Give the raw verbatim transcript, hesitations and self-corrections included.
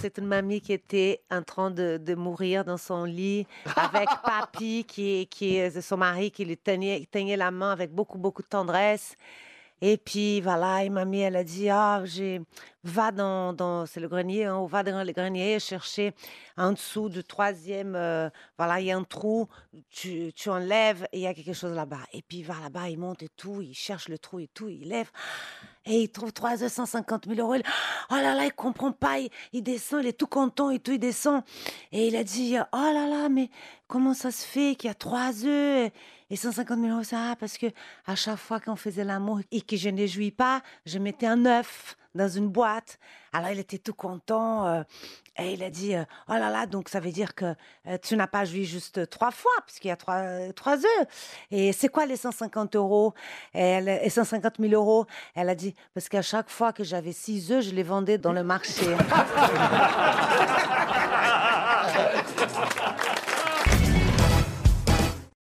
c'est une mamie qui était en train de, de mourir dans son lit avec papy, qui, qui est son mari, qui lui tenait, tenait la main avec beaucoup, beaucoup de tendresse. Et puis voilà, et mamie, elle a dit, ah, j'ai, va dans, dans, c'est le grenier, hein, va dans le grenier chercher en dessous du troisième, euh, voilà, il y a un trou, tu, tu enlèves et il y a quelque chose là-bas. Et puis il va là-bas, il monte et tout, il cherche le trou et tout, il lève et il trouve trois cent cinquante mille euros. Il- oh là là, il comprend pas, il, il descend, il est tout content et tout, il descend. Et il a dit, oh là là, mais comment ça se fait qu'il y a trois œufs et cent cinquante mille euros? Ça, parce que à chaque fois qu'on faisait l'amour et que je ne jouis pas, je mettais un œuf dans une boîte. Alors il était tout content euh, et il a dit euh, oh là là, donc ça veut dire que euh, tu n'as pas joui juste trois fois puisqu'il y a trois, euh, trois œufs. Et c'est quoi les cent cinquante euros et, elle, et cent cinquante mille euros? Elle a dit parce qu'à chaque fois que j'avais six œufs, je les vendais dans le marché.